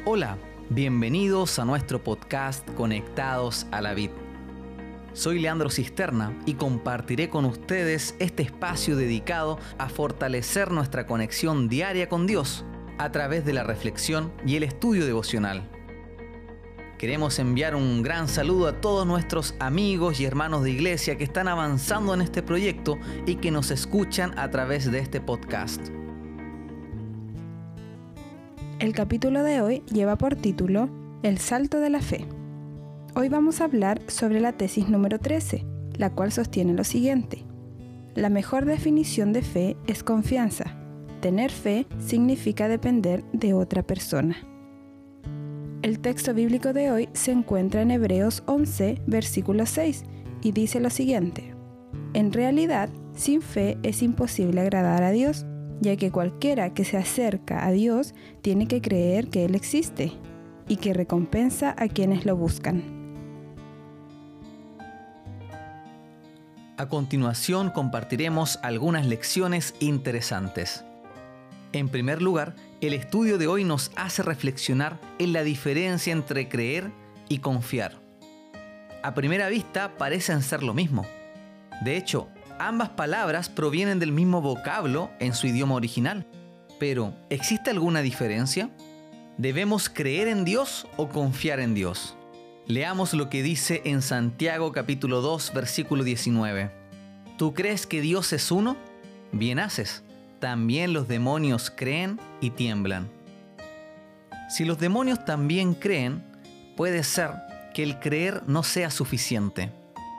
Hola, bienvenidos a nuestro podcast Conectados a la Vid. Soy Leandro Cisterna y compartiré con ustedes este espacio dedicado a fortalecer nuestra conexión diaria con Dios a través de la reflexión y el estudio devocional. Queremos enviar un gran saludo a todos nuestros amigos y hermanos de iglesia que están avanzando en este proyecto y que nos escuchan a través de este podcast. El capítulo de hoy lleva por título El salto de la fe. Hoy vamos a hablar sobre la tesis número 13, la cual sostiene lo siguiente. La mejor definición de fe es confianza. Tener fe significa depender de otra persona. El texto bíblico de hoy se encuentra en Hebreos 11, versículo 6, y dice lo siguiente. En realidad, sin fe es imposible agradar a Dios, ya que cualquiera que se acerca a Dios tiene que creer que Él existe y que recompensa a quienes lo buscan. A continuación compartiremos algunas lecciones interesantes. En primer lugar, el estudio de hoy nos hace reflexionar en la diferencia entre creer y confiar. A primera vista parecen ser lo mismo. De hecho, ambas palabras provienen del mismo vocablo en su idioma original. Pero, ¿existe alguna diferencia? ¿Debemos creer en Dios o confiar en Dios? Leamos lo que dice en Santiago capítulo 2, versículo 19. ¿Tú crees que Dios es uno? Bien haces. También los demonios creen y tiemblan. Si los demonios también creen, puede ser que el creer no sea suficiente.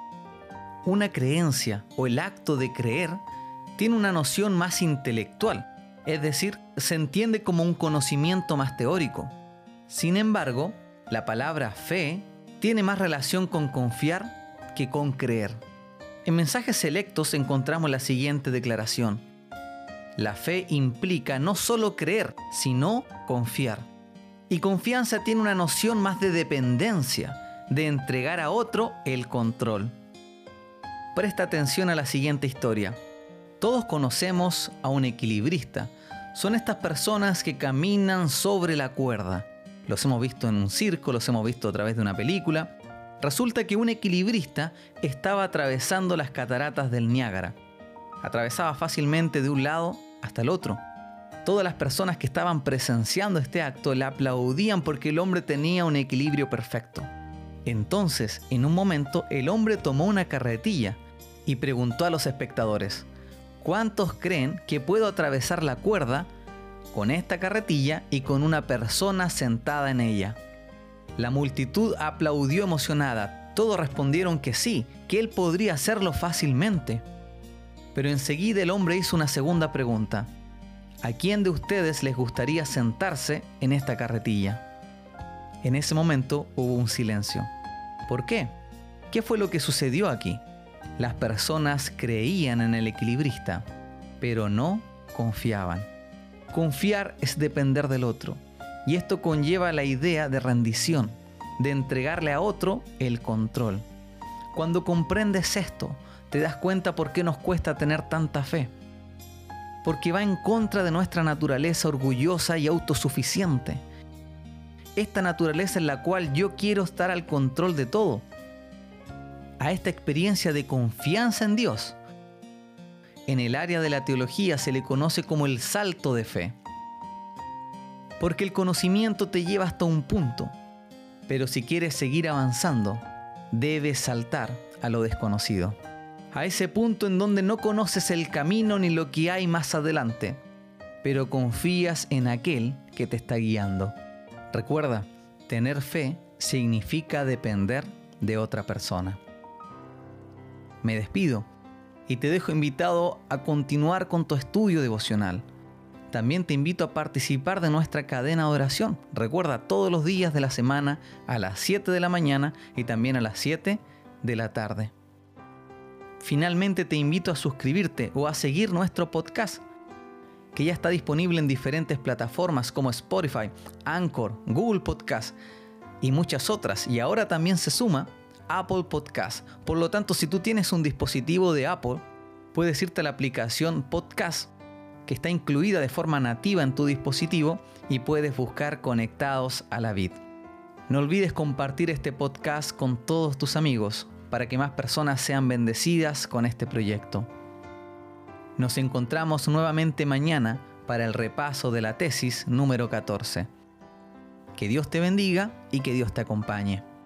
Una creencia o el acto de creer tiene una noción más intelectual, es decir, se entiende como un conocimiento más teórico. Sin embargo, la palabra fe tiene más relación con confiar que con creer. En Mensajes Selectos encontramos la siguiente declaración. La fe implica no solo creer, sino confiar. Y confianza tiene una noción más de dependencia, de entregar a otro el control. Presta atención a la siguiente historia. Todos conocemos a un equilibrista. Son estas personas que caminan sobre la cuerda. Los hemos visto en un circo, los hemos visto a través de una película. Resulta que un equilibrista estaba atravesando las cataratas del Niágara. Atravesaba fácilmente de un lado hasta el otro. Todas las personas que estaban presenciando este acto le aplaudían porque el hombre tenía un equilibrio perfecto. Entonces, en un momento, el hombre tomó una carretilla y preguntó a los espectadores, ¿cuántos creen que puedo atravesar la cuerda con esta carretilla y con una persona sentada en ella? La multitud aplaudió emocionada. Todos respondieron que sí, que él podría hacerlo fácilmente. Pero enseguida el hombre hizo una segunda pregunta. ¿A quién de ustedes les gustaría sentarse en esta carretilla? En ese momento hubo un silencio. ¿Por qué? ¿Qué fue lo que sucedió aquí? Las personas creían en el equilibrista, pero no confiaban. Confiar es depender del otro, y esto conlleva la idea de rendición, de entregarle a otro el control. Cuando comprendes esto, te das cuenta por qué nos cuesta tener tanta fe. Porque va en contra de nuestra naturaleza orgullosa y autosuficiente. Esta naturaleza en la cual yo quiero estar al control de todo. A esta experiencia de confianza en Dios, en el área de la teología se le conoce como el salto de fe. Porque el conocimiento te lleva hasta un punto, pero si quieres seguir avanzando, debes saltar a lo desconocido. A ese punto en donde no conoces el camino ni lo que hay más adelante, pero confías en aquel que te está guiando. Recuerda, tener fe significa depender de otra persona. Me despido y te dejo invitado a continuar con tu estudio devocional. También te invito a participar de nuestra cadena de oración. Recuerda, todos los días de la semana a las 7 de la mañana y también a las 7 de la tarde. Finalmente te invito a suscribirte o a seguir nuestro podcast, que ya está disponible en diferentes plataformas como Spotify, Anchor, Google Podcast y muchas otras. Y ahora también se suma Apple Podcast. Por lo tanto, si tú tienes un dispositivo de Apple, puedes irte a la aplicación Podcast que está incluida de forma nativa en tu dispositivo y puedes buscar Conectados a la Vid. No olvides compartir este podcast con todos tus amigos para que más personas sean bendecidas con este proyecto. Nos encontramos nuevamente mañana para el repaso de la tesis número 14. Que Dios te bendiga y que Dios te acompañe.